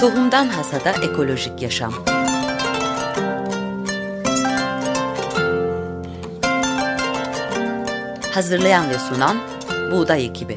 Tohumdan Hasada Ekolojik Yaşam. Hazırlayan ve sunan Buğday Ekibi.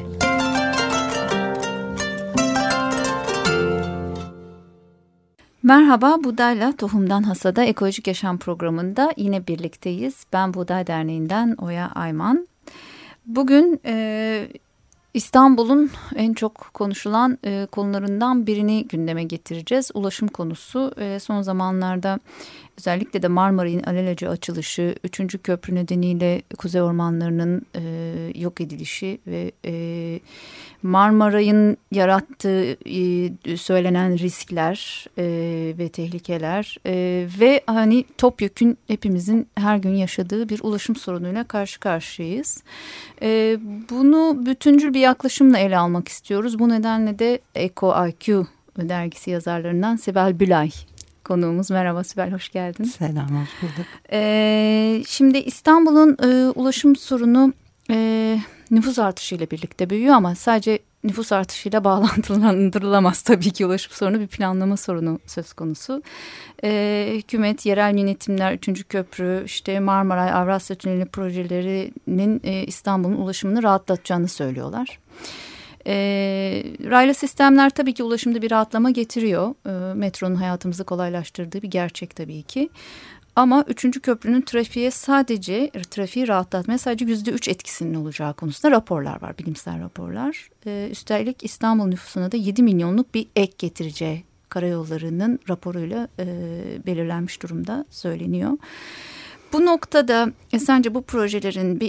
Merhaba, Buğday'la Tohumdan Hasada Ekolojik Yaşam programında yine birlikteyiz. Ben Buğday Derneği'nden Oya Ayman. Bugün İstanbul'un en çok konuşulan konularından birini gündeme getireceğiz. Ulaşım konusu. Son zamanlarda özellikle de Marmaray'ın alelacele açılışı, 3. köprü nedeniyle kuzey ormanlarının yok edilişi ve Marmaray'ın yarattığı söylenen riskler ve tehlikeler ve hani topyekün hepimizin her gün yaşadığı bir ulaşım sorunuyla karşı karşıyayız. Bunu bütüncül bir yaklaşımla ele almak istiyoruz. Bu nedenle de EcoIQ dergisi yazarlarından Sibel Bülay konuğumuz. Merhaba Sibel, hoş geldin. Selam, hoş bulduk. Şimdi İstanbul'un ulaşım sorunu nüfus artışıyla birlikte büyüyor ama sadece nüfus artışıyla bağlantılandırılamaz tabii ki. Ulaşım sorunu bir planlama sorunu söz konusu. Hükümet, yerel yönetimler, 3. köprü, işte Marmaray, Avrasya Tüneli projelerinin İstanbul'un ulaşımını rahatlatacağını söylüyorlar. Raylı sistemler tabii ki ulaşımda bir rahatlama getiriyor. Metronun hayatımızı kolaylaştırdığı bir gerçek tabii ki. Ama 3. köprünün trafiği rahatlatmaya sadece %3 etkisinin olacağı konusunda raporlar var, bilimsel raporlar. Üstelik İstanbul nüfusuna da 7 milyonluk bir ek getireceği karayollarının raporuyla belirlenmiş durumda söyleniyor. Bu noktada sence bu projeler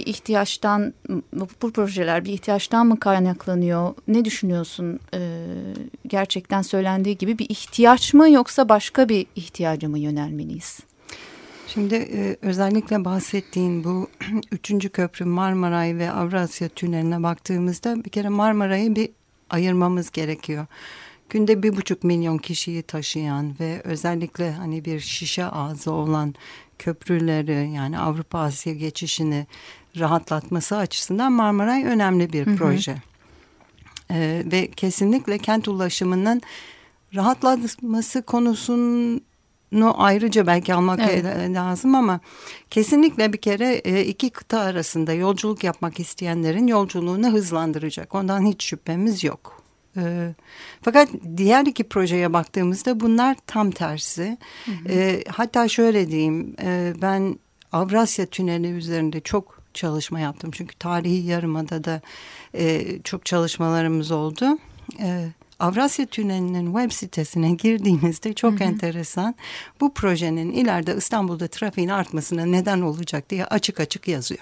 bir ihtiyaçtan mı kaynaklanıyor? Ne düşünüyorsun? Gerçekten söylendiği gibi bir ihtiyaç mı yoksa başka bir ihtiyaca mı yönelmeliyiz? Şimdi özellikle bahsettiğin bu 3. köprü Marmaray ve Avrasya Tüneli'ne baktığımızda bir kere Marmaray'ı bir ayırmamız gerekiyor. Günde 1,5 milyon kişiyi taşıyan ve özellikle hani bir şişe ağzı olan köprüleri, yani Avrupa Asya geçişini rahatlatması açısından Marmaray önemli bir proje. Ve kesinlikle kent ulaşımının rahatlatması konusunu ayrıca belki almak lazım ama kesinlikle bir kere iki kıta arasında yolculuk yapmak isteyenlerin yolculuğunu hızlandıracak. Ondan hiç şüphemiz yok. Fakat diğer iki projeye baktığımızda bunlar tam tersi. Hatta şöyle diyeyim, ben Avrasya Tüneli üzerinde çok çalışma yaptım. Çünkü tarihi yarımadada çok çalışmalarımız oldu. Avrasya Tüneli'nin web sitesine girdiğinizde çok enteresan, bu projenin ileride İstanbul'da trafiğin artmasına neden olacak diye açık açık yazıyor.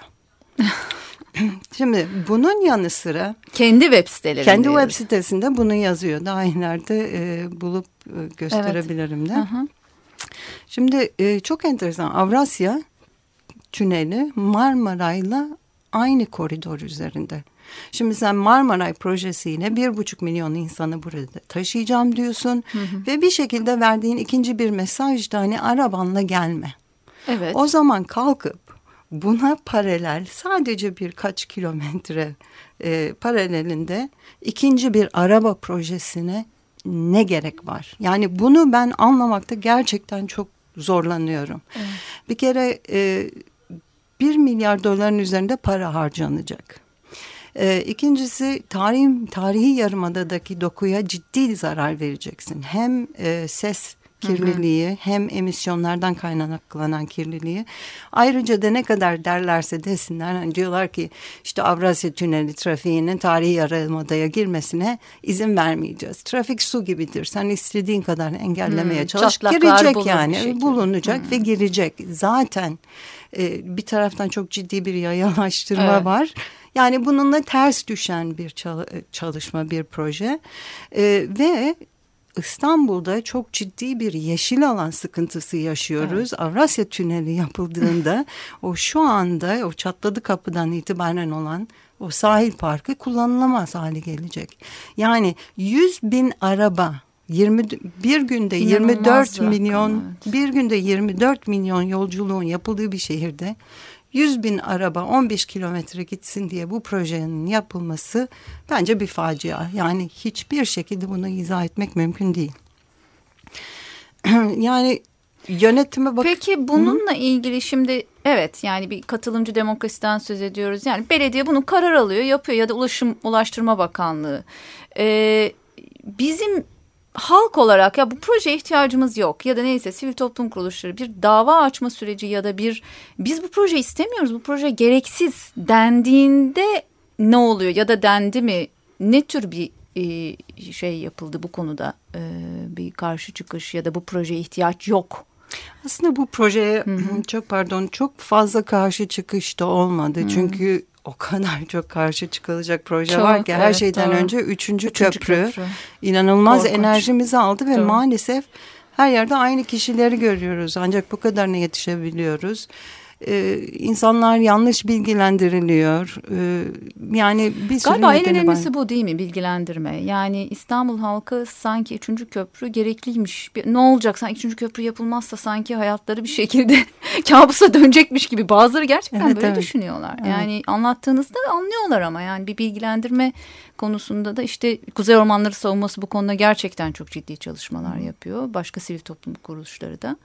Şimdi bunun yanı sıra kendi web sitesinde bunu yazıyor. Daha ileride bulup gösterebilirim de. Şimdi çok enteresan, Avrasya Tüneli Marmaray'la aynı koridor üzerinde. Şimdi sen Marmaray projesiyle 1,5 milyon insanı burada taşıyacağım diyorsun. Ve bir şekilde verdiğin ikinci bir mesaj da hani arabanla gelme. Evet. O zaman kalkıp buna paralel sadece birkaç kilometre paralelinde ikinci bir araba projesine ne gerek var? Yani bunu ben anlamakta gerçekten çok zorlanıyorum. Evet. Bir kere 1 milyar doların üzerinde para harcanacak. İkincisi tarihi yarımadadaki dokuya ciddi zarar vereceksin. Hem ses kirliliği hem emisyonlardan kaynaklanan kirliliği. Ayrıca da ne kadar derlerse desinler, hani diyorlar ki işte Avrasya Tüneli trafiğinin tarihi yarımadaya girmesine izin vermeyeceğiz. Trafik su gibidir. Sen istediğin kadar engellemeye çalış. Girecek yani, bulunacak ve girecek. Zaten bir taraftan çok ciddi bir yayalaştırma var. Yani bununla ters düşen bir çalışma, bir proje ve İstanbul'da çok ciddi bir yeşil alan sıkıntısı yaşıyoruz. Evet. Avrasya Tüneli yapıldığında o şu anda o Çatladı Kapı'dan itibaren olan o sahil parkı kullanılamaz hale gelecek. Yani 100.000 araba bir günde 24 milyon yolculuğun yapıldığı bir şehirde 100.000 araba 15 kilometre gitsin diye bu projenin yapılması bence bir facia. Yani hiçbir şekilde bunu izah etmek mümkün değil. Yani yönetime bak. Peki bununla ilgili şimdi evet yani bir katılımcı demokrasiden söz ediyoruz. Yani belediye bunu karar alıyor, yapıyor ya da Ulaştırma Bakanlığı. Bizim halk olarak ya bu projeye ihtiyacımız yok ya da neyse sivil toplum kuruluşları bir dava açma süreci ya da biz bu projeyi istemiyoruz, bu proje gereksiz dendiğinde ne oluyor ya da dendi mi, ne tür bir şey yapıldı bu konuda, bir karşı çıkış ya da bu projeye ihtiyaç yok. Aslında bu projeye çok fazla karşı çıkış da olmadı. Çünkü o kadar çok karşı çıkılacak proje var ki her şeyden önce üçüncü köprü inanılmaz korkunç enerjimizi aldı ve maalesef her yerde aynı kişileri görüyoruz. Ancak bu kadarına yetişebiliyoruz. İnsanlar yanlış bilgilendiriliyor. Yani bir sürü galiba en önemlisi bu değil mi, bilgilendirme? Yani İstanbul halkı sanki 3. köprü gerekliymiş. Ne olacak sanki 3. köprü yapılmazsa sanki hayatları bir şekilde kabusa dönecekmiş gibi. Bazıları gerçekten böyle düşünüyorlar. Evet. Yani anlattığınızda anlıyorlar ama yani bir bilgilendirme konusunda da işte Kuzey Ormanları Savunması bu konuda gerçekten çok ciddi çalışmalar yapıyor. Başka sivil toplum kuruluşları da.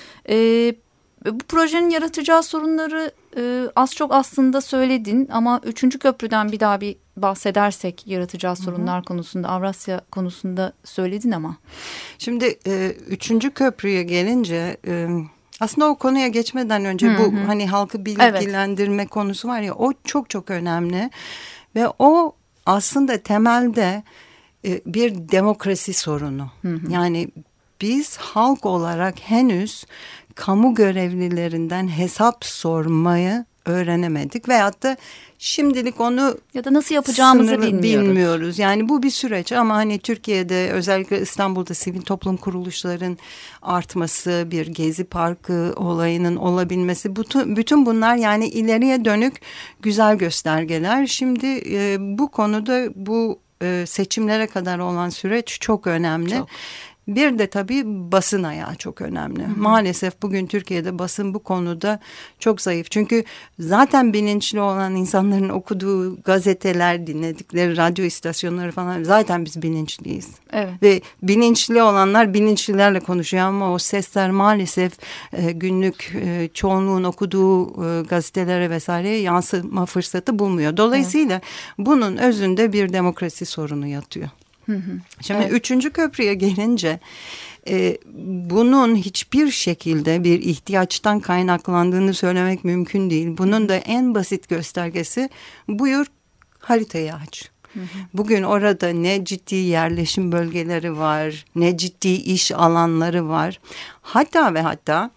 Bu projenin yaratacağı sorunları az çok aslında söyledin ama 3. köprüden bir daha bahsedersek yaratacağı sorunlar konusunda, Avrasya konusunda söyledin ama. Şimdi 3. köprüye gelince aslında o konuya geçmeden önce bu hani halkı bilgilendirme konusu var ya, o çok çok önemli ve o aslında temelde bir demokrasi sorunu. Yani biz halk olarak henüz kamu görevlilerinden hesap sormayı öğrenemedik veyahut da şimdilik onu ya da nasıl yapacağımızı bilmiyoruz. Yani bu bir süreç ama hani Türkiye'de özellikle İstanbul'da sivil toplum kuruluşların artması, bir Gezi Parkı olayının olabilmesi, bütün bunlar yani ileriye dönük güzel göstergeler. Şimdi bu konuda bu seçimlere kadar olan süreç çok önemli. Çok. Bir de tabii basın ayağı çok önemli. Maalesef bugün Türkiye'de basın bu konuda çok zayıf. Çünkü zaten bilinçli olan insanların okuduğu gazeteler, dinledikleri radyo istasyonları falan, zaten biz bilinçliyiz. Evet. Ve bilinçli olanlar bilinçlilerle konuşuyor ama o sesler maalesef günlük çoğunluğun okuduğu gazetelere vesaireye yansıma fırsatı bulmuyor. Dolayısıyla bunun özünde bir demokrasi sorunu yatıyor. Şimdi 3. köprüye gelince bunun hiçbir şekilde bir ihtiyaçtan kaynaklandığını söylemek mümkün değil. Bunun da en basit göstergesi buyur haritayı aç. Bugün orada ne ciddi yerleşim bölgeleri var, ne ciddi iş alanları var. Hatta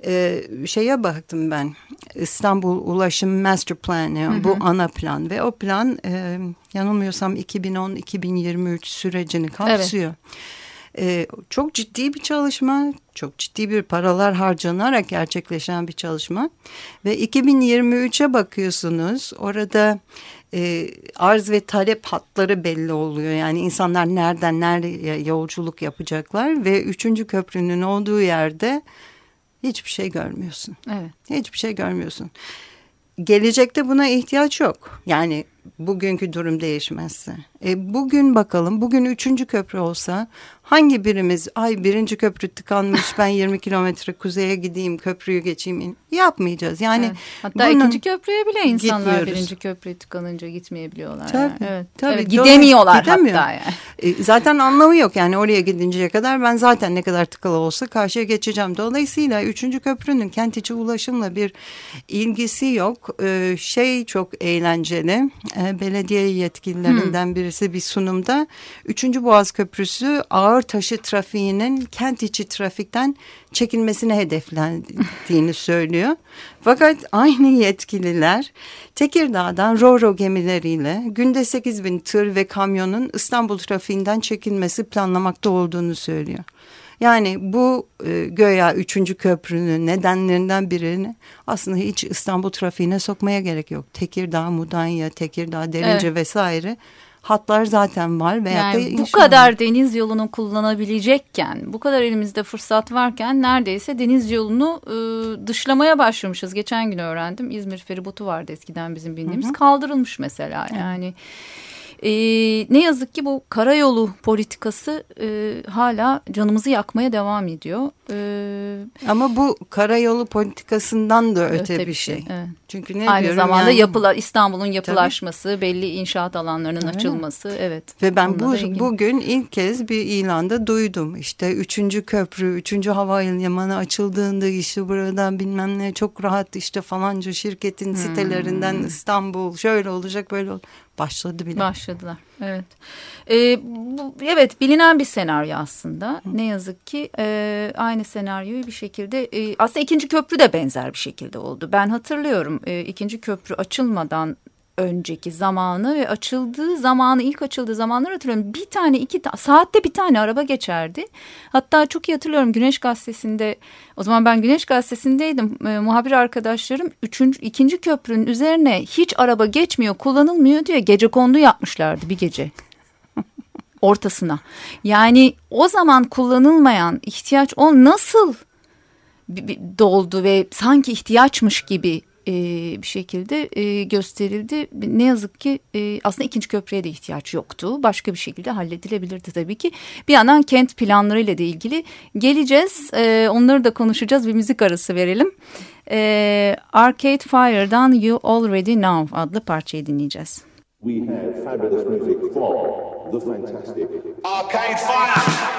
şeye baktım ben, İstanbul Ulaşım Master Plan, bu ana plan ve o plan yanılmıyorsam 2010-2023 sürecini kapsıyor. Evet. Çok ciddi bir çalışma, çok ciddi bir paralar harcanarak gerçekleşen bir çalışma ve 2023'e bakıyorsunuz, orada arz ve talep hatları belli oluyor. Yani insanlar nereden nereye yolculuk yapacaklar ve 3. köprünün olduğu yerde hiçbir şey görmüyorsun. Evet. Hiçbir şey görmüyorsun. Gelecekte buna ihtiyaç yok. Yani bugünkü durum değişmezse. Bugün bakalım, bugün 3. köprü olsa hangi birimiz 1. köprü tıkanmış, ben 20 kilometre kuzeye gideyim, köprüyü geçeyim, yapmayacağız. Yani evet. Hatta 2. köprüye bile insanlar gitmiyoruz. 1. köprüye tıkanınca gitmeyebiliyorlar. Tabii, yani. Evet. Tabii. Evet, gidemiyor. Hatta yani. Zaten anlamı yok yani, oraya gidinceye kadar ben zaten ne kadar tıkalı olsa karşıya geçeceğim. Dolayısıyla 3. köprünün kent içi ulaşımla bir ilgisi yok. Çok eğlenceli. Belediye yetkililerinden birisi bir sunumda 3. Boğaz Köprüsü ağır taşı trafiğinin kent içi trafikten çekilmesine hedeflendiğini söylüyor. Fakat aynı yetkililer Tekirdağ'dan Ro-Ro gemileriyle günde 8.000 tır ve kamyonun İstanbul trafiğinden çekilmesi planlamakta olduğunu söylüyor. Yani bu göya 3. köprünün nedenlerinden birini aslında hiç İstanbul trafiğine sokmaya gerek yok. Tekirdağ, Mudanya, Tekirdağ, Derince vesaire hatlar zaten var. Yani bu kadar deniz yolunu kullanabilecekken, bu kadar elimizde fırsat varken neredeyse deniz yolunu dışlamaya başlamışız. Geçen gün öğrendim, İzmir feribotu vardı eskiden bizim bindiğimiz, kaldırılmış mesela yani. Ne yazık ki bu karayolu politikası hala canımızı yakmaya devam ediyor. Ama bu karayolu politikasından da öte bir şey. Evet. Çünkü ne aynı diyorum zamanda yani, İstanbul'un yapılaşması, belli inşaat alanlarının açılması. Evet. Ve ben bugün ilk kez bir ilanda duydum. İşte 3. köprü, 3. havalimanı açıldığında işte buradan bilmem ne çok rahat işte falanca şirketin sitelerinden İstanbul şöyle olacak böyle olacak. Başladılar. Evet. Evet, bilinen bir senaryo aslında. Ne yazık ki aynı senaryoyu bir şekilde aslında 2. köprü de benzer bir şekilde oldu. Ben hatırlıyorum 2. köprü açılmadan önceki zamanı ve ilk açıldığı zamanları hatırlıyorum. Saatte bir tane araba geçerdi. Hatta çok iyi hatırlıyorum, Güneş Gazetesi'nde, o zaman ben Güneş Gazetesi'ndeydim. Muhabir arkadaşlarım 2. köprünün üzerine hiç araba geçmiyor, kullanılmıyor diye gecekondu yapmışlardı bir gece. Ortasına. Yani o zaman kullanılmayan, nasıl doldu ve sanki ihtiyaçmış gibi bir şekilde gösterildi. Ne yazık ki aslında 2. köprüye de ihtiyaç yoktu. Başka bir şekilde halledilebilirdi tabii ki. Bir yandan kent planlarıyla da ilgili geleceğiz. Onları da konuşacağız. Bir müzik arası verelim. Arcade Fire'dan You Already Know adlı parçayı dinleyeceğiz. We have fabulous music from the fantastic Arcade Fire.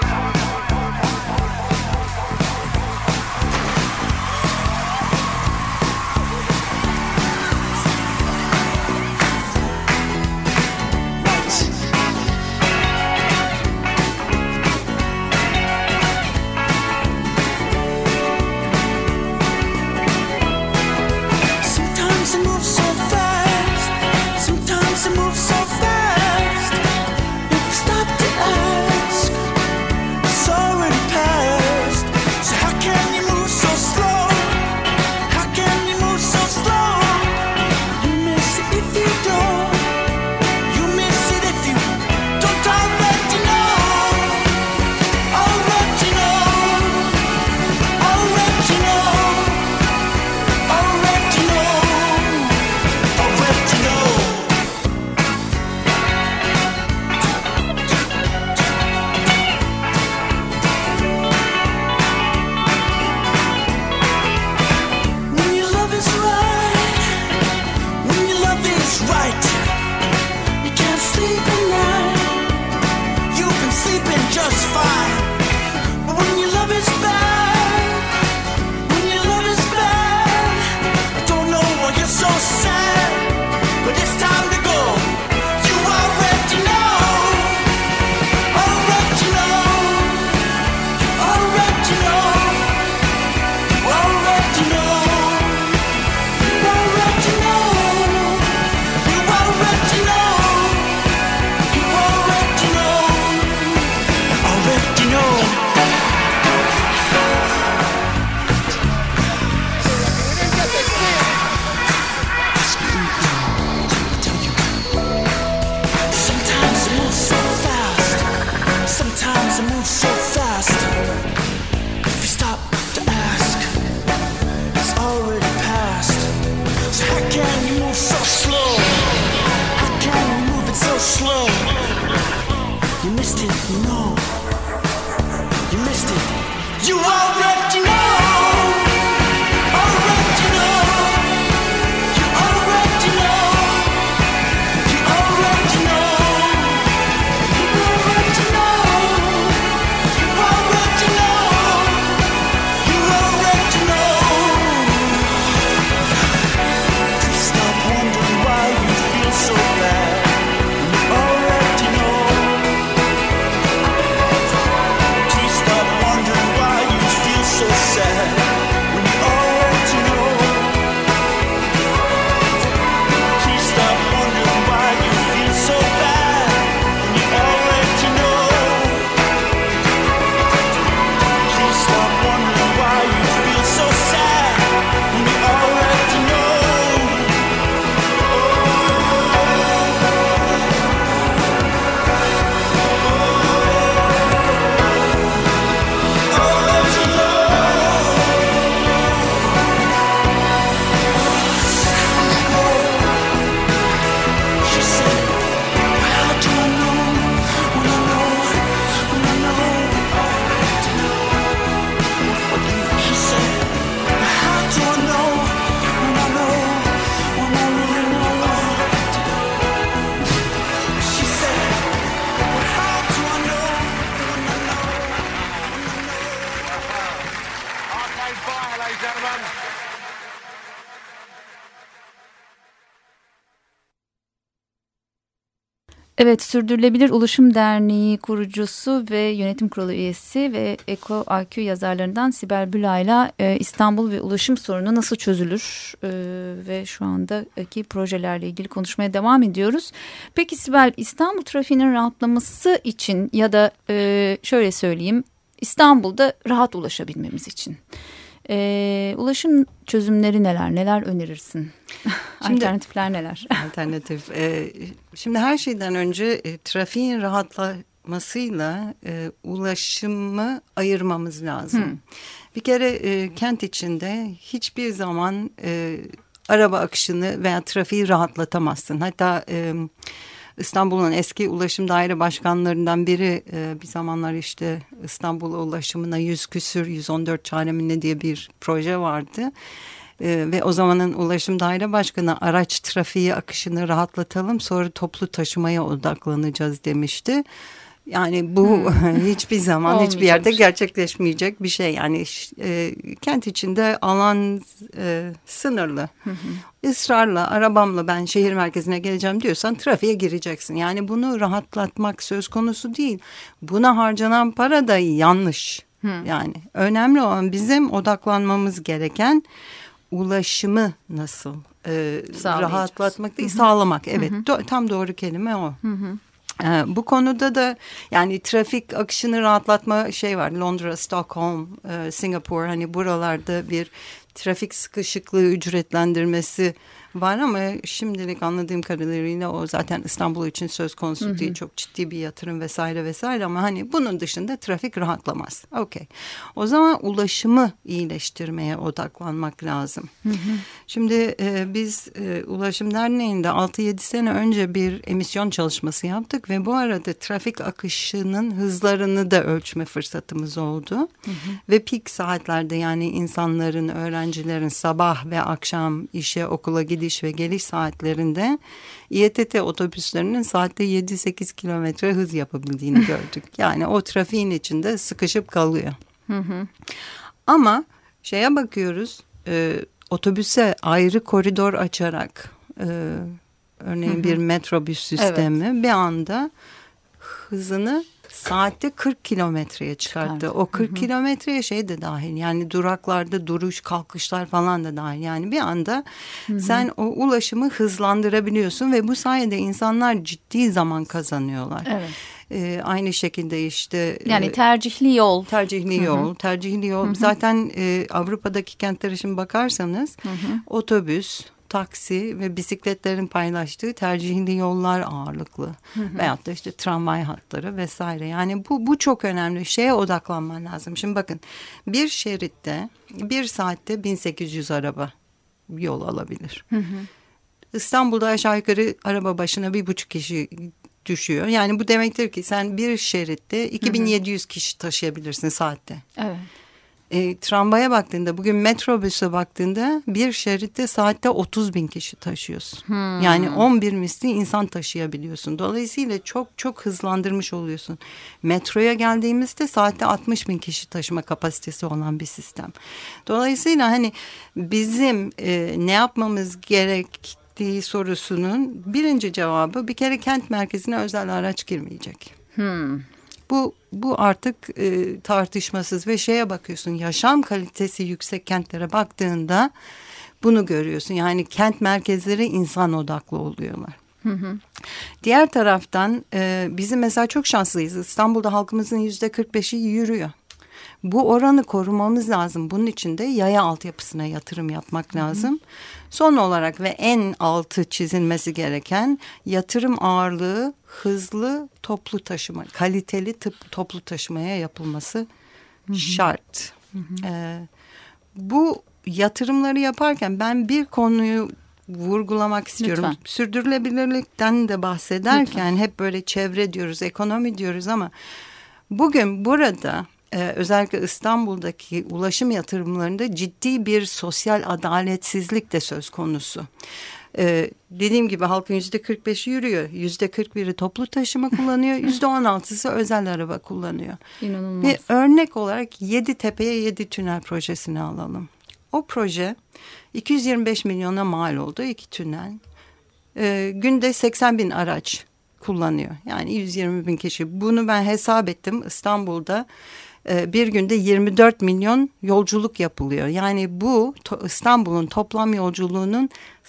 So sad. Evet, Sürdürülebilir Ulaşım Derneği kurucusu ve yönetim kurulu üyesi ve Eko IQ yazarlarından Sibel Bülay'la İstanbul ve ulaşım sorunu nasıl çözülür ve şu andaki projelerle ilgili konuşmaya devam ediyoruz. Peki Sibel, İstanbul trafiğinin rahatlaması için ya da şöyle söyleyeyim, İstanbul'da rahat ulaşabilmemiz için ulaşım çözümleri neler önerirsin? Alternatifler neler? Alternatif. Şimdi her şeyden önce trafiğin rahatlamasıyla ulaşımı ayırmamız lazım. Bir kere kent içinde hiçbir zaman araba akışını veya trafiği rahatlatamazsın. Hatta İstanbul'un eski ulaşım daire başkanlarından biri bir zamanlar işte İstanbul ulaşımına 114 çare mi ne diye bir proje vardı. Ve o zamanın ulaşım daire başkanı araç trafiği akışını rahatlatalım, sonra toplu taşımaya odaklanacağız demişti. Yani bu hiçbir zaman hiçbir yerde gerçekleşmeyecek bir şey. Yani kent içinde alan sınırlı. Israrla arabamla ben şehir merkezine geleceğim diyorsan trafiğe gireceksin. Yani bunu rahatlatmak söz konusu değil. Buna harcanan para da yanlış. Yani önemli olan bizim odaklanmamız gereken ulaşımı nasıl rahatlatmak değil, sağlamak. Evet, tam doğru kelime o. Bu konuda da yani trafik akışını rahatlatma şey var. Londra, Stockholm, Singapur, hani buralarda bir trafik sıkışıklığı ücretlendirmesi var ama şimdilik anladığım kadarıyla o zaten İstanbul için söz konusu değil. Çok ciddi bir yatırım vesaire ama hani bunun dışında trafik rahatlamaz. Okey. O zaman ulaşımı iyileştirmeye odaklanmak lazım. Şimdi biz Ulaşım Derneği'nde 6-7 sene önce bir emisyon çalışması yaptık ve bu arada trafik akışının hızlarını da ölçme fırsatımız oldu. Ve peak saatlerde, yani insanların, öğrencilerin sabah ve akşam işe, okula gidiş ve geliş saatlerinde İETT otobüslerinin saatte 7-8 kilometre hız yapabildiğini gördük. Yani o trafiğin içinde sıkışıp kalıyor. Ama şeye bakıyoruz, otobüse ayrı koridor açarak örneğin bir metrobüs sistemi bir anda hızını saatte 40 kilometreye çıkarttı. O 40 kilometreye şey de dahil, yani duraklarda duruş, kalkışlar falan da dahil. Yani bir anda sen o ulaşımı hızlandırabiliyorsun ve bu sayede insanlar ciddi zaman kazanıyorlar. Evet. Aynı şekilde işte yani tercihli yol. Tercihli yol. Zaten Avrupa'daki kentlere şimdi bakarsanız otobüs, taksi ve bisikletlerin paylaştığı tercihli yollar ağırlıklı. Veyahut da işte tramvay hatları vesaire. Yani bu çok önemli. Şeye odaklanman lazım. Şimdi bakın, bir şeritte bir saatte 1800 araba yol alabilir. İstanbul'da aşağı yukarı araba başına 1,5 kişi düşüyor. Yani bu demektir ki sen bir şeritte 2700 kişi taşıyabilirsin saatte. Evet. Tramvaya baktığında, bugün metrobüse baktığında bir şeritte saatte 30.000 kişi taşıyorsun. Yani 11 misli insan taşıyabiliyorsun. Dolayısıyla çok hızlandırmış oluyorsun. Metroya geldiğimizde saatte 60.000 kişi taşıma kapasitesi olan bir sistem. Dolayısıyla hani bizim ne yapmamız gerektiği sorusunun birinci cevabı, bir kere kent merkezine özel araç girmeyecek. Bu artık tartışmasız ve şeye bakıyorsun, yaşam kalitesi yüksek kentlere baktığında bunu görüyorsun. Yani kent merkezleri insan odaklı oluyorlar. Diğer taraftan bizim mesela çok şanslıyız. İstanbul'da halkımızın %45'i yürüyor. Bu oranı korumamız lazım. Bunun için de yaya altyapısına yatırım yapmak lazım. Son olarak ve en altı çizilmesi gereken, yatırım ağırlığı hızlı toplu taşıma, kaliteli toplu taşımaya yapılması şart. Bu yatırımları yaparken ben bir konuyu vurgulamak istiyorum. Lütfen. Sürdürülebilirlikten de bahsederken hep böyle çevre diyoruz, ekonomi diyoruz ama bugün burada özellikle İstanbul'daki ulaşım yatırımlarında ciddi bir sosyal adaletsizlik de söz konusu. Dediğim gibi halkın %45'i yürüyor. %41'i toplu taşıma kullanıyor. %16'sı özel araba kullanıyor. İnanılmaz. Bir örnek olarak Yeditepe'ye 7 tünel projesini alalım. O proje 225 milyona mal oldu, 2 tünel. Günde 80.000 araç kullanıyor. Yani 120 bin kişi. Bunu ben hesap ettim. İstanbul'da bir günde 24 milyon yolculuk yapılıyor. Yani bu İstanbul'un toplam yolculuğunun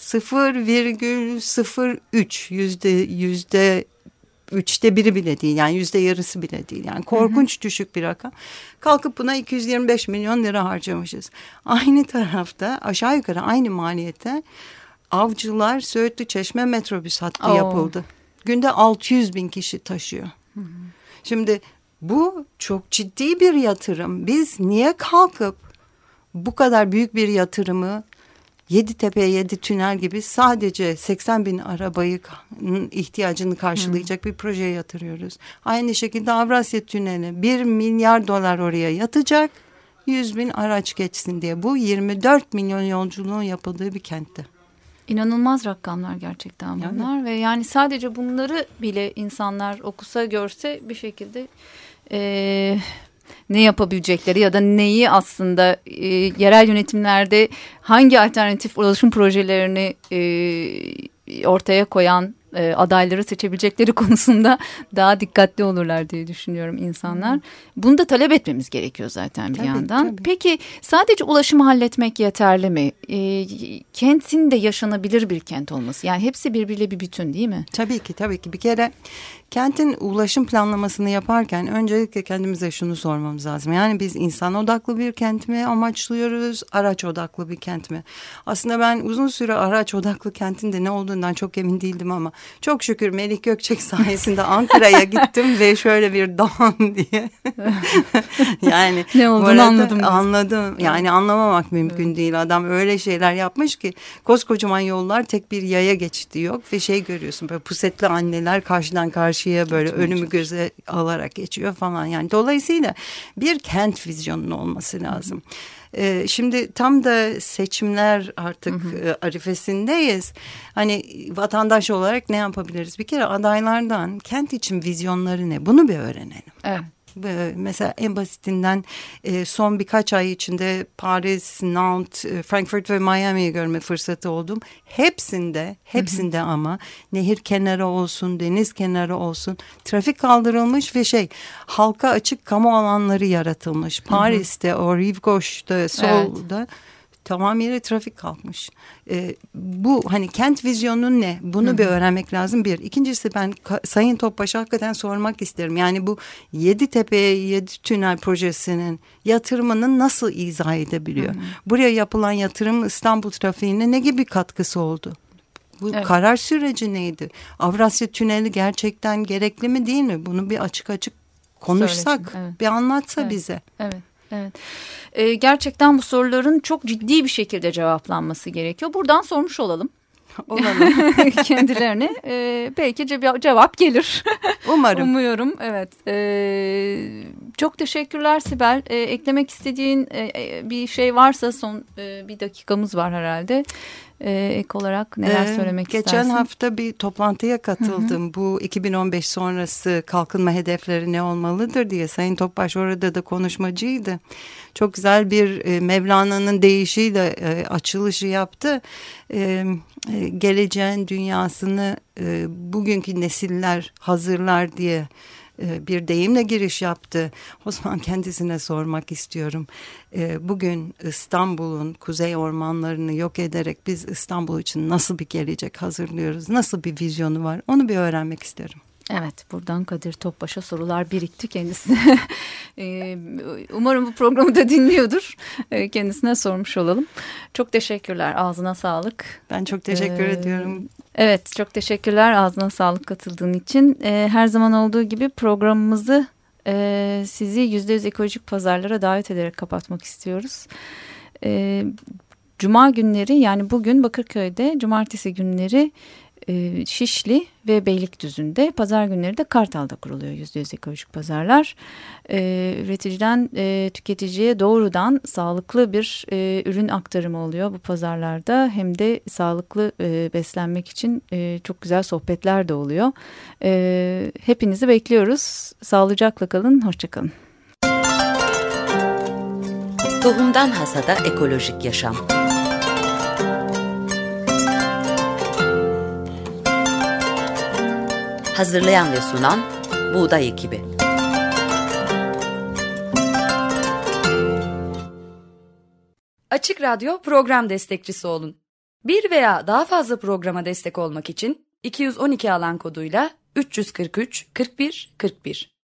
0,03 yüzde 3'te biri bile değil. Yani yüzde yarısı bile değil. Yani korkunç düşük bir rakam. Kalkıp buna 225 milyon lira harcamışız. Aynı tarafta aşağı yukarı aynı maliyete Avcılar Söğütlü Çeşme metrobüs hattı yapıldı. Günde 600 bin kişi taşıyor. Şimdi bu çok ciddi bir yatırım. Biz niye kalkıp bu kadar büyük bir yatırımı Yeditepe, Yeditünel gibi sadece 80 bin arabayı ihtiyacını karşılayacak bir projeye yatırıyoruz. Aynı şekilde Avrasya Tüneli 1 milyar dolar oraya yatacak. 100 bin araç geçsin diye. Bu 24 milyon yolculuğun yapıldığı bir kentte. İnanılmaz rakamlar gerçekten bunlar ve yani sadece bunları bile insanlar okusa görse bir şekilde ne yapabilecekleri ya da neyi aslında yerel yönetimlerde hangi alternatif ulaşım projelerini ortaya koyan adayları seçebilecekleri konusunda daha dikkatli olurlar diye düşünüyorum insanlar. Bunu da talep etmemiz gerekiyor zaten bir yandan. Tabii. Peki sadece ulaşımı halletmek yeterli mi? Kentin de yaşanabilir bir kent olması. Yani hepsi birbiriyle bir bütün değil mi? Tabii ki. Bir kere kentin ulaşım planlamasını yaparken öncelikle kendimize şunu sormamız lazım. Yani biz insan odaklı bir kent mi amaçlıyoruz, araç odaklı bir kent mi? Aslında ben uzun süre araç odaklı kentin de ne olduğundan çok emin değildim ama çok şükür Melih Gökçek sayesinde Ankara'ya gittim ve şöyle bir Doğan diye. Yani ne olduğunu anladım. Anladım. Yani anlamamak mümkün değil. Adam öyle şeyler yapmış ki koskocaman yollar, tek bir yaya geçidi yok ve görüyorsun böyle pusetli anneler karşıdan karşıya böyle önümü göze alarak geçiyor falan. Yani dolayısıyla bir kent vizyonunun olması lazım. Şimdi tam da seçimler artık arifesindeyiz. Hani vatandaş olarak ne yapabiliriz? Bir kere adaylardan kent için vizyonları ne? Bunu bir öğrenelim. Evet. Mesela en basitinden son birkaç ay içinde Paris, Nantes, Frankfurt ve Miami'yi görme fırsatı oldum. Hepsinde ama nehir kenarı olsun, deniz kenarı olsun trafik kaldırılmış ve halka açık kamu alanları yaratılmış. Paris'te o Rive Gauche'da solda tamamıyla trafik kalkmış. Bu hani kent vizyonu ne? Bunu bir öğrenmek lazım. Bir. İkincisi ben Sayın Topbaş'a hakikaten sormak isterim. Yani bu Yeditepe, Yeditünel projesinin yatırımını nasıl izah edebiliyor? Buraya yapılan yatırım İstanbul trafiğine ne gibi katkısı oldu? Bu karar süreci neydi? Avrasya Tüneli gerçekten gerekli mi değil mi? Bunu bir açık konuşsak, bir anlatsa bize. Evet. Gerçekten bu soruların çok ciddi bir şekilde cevaplanması gerekiyor. Buradan sormuş olalım. Kendilerine. Belki cevap gelir. Umarım. Umuyorum. Evet. Çok teşekkürler Sibel. Eklemek istediğin bir şey varsa son bir dakikamız var herhalde. Ek olarak neler söylemek istersin? Geçen hafta bir toplantıya katıldım. Bu 2015 sonrası kalkınma hedefleri ne olmalıdır diye. Sayın Topbaş orada da konuşmacıydı. Çok güzel bir Mevlana'nın deyişiyle açılışı yaptı. Geleceğin dünyasını bugünkü nesiller hazırlar diye bir deyimle giriş yaptı. O zaman kendisine sormak istiyorum. Bugün İstanbul'un kuzey ormanlarını yok ederek biz İstanbul için nasıl bir gelecek hazırlıyoruz? Nasıl bir vizyonu var? Onu bir öğrenmek isterim. Evet, buradan Kadir Topbaş'a sorular birikti kendisine. Umarım bu programı da dinliyordur. Kendisine sormuş olalım. Çok teşekkürler. Ağzına sağlık. Ben çok teşekkür ediyorum. Evet, çok teşekkürler. Ağzına sağlık katıldığın için. Her zaman olduğu gibi programımızı sizi %100 ekolojik pazarlara davet ederek kapatmak istiyoruz. Cuma günleri, yani bugün Bakırköy'de, cumartesi günleri Şişli ve Beylikdüzü'nde, pazar günleri de Kartal'da kuruluyor %100 ekolojik pazarlar. Üreticiden tüketiciye doğrudan sağlıklı bir ürün aktarımı oluyor bu pazarlarda. Hem de sağlıklı beslenmek için çok güzel sohbetler de oluyor. Hepinizi bekliyoruz. Sağlıcakla kalın, hoşça kalın. Tohumdan Hasada Ekolojik Yaşam. Hazırlayan ve sunan Buğday Ekibi. Açık Radyo program destekçisi olun. Bir veya daha fazla programa destek olmak için 212 alan koduyla 343 41 41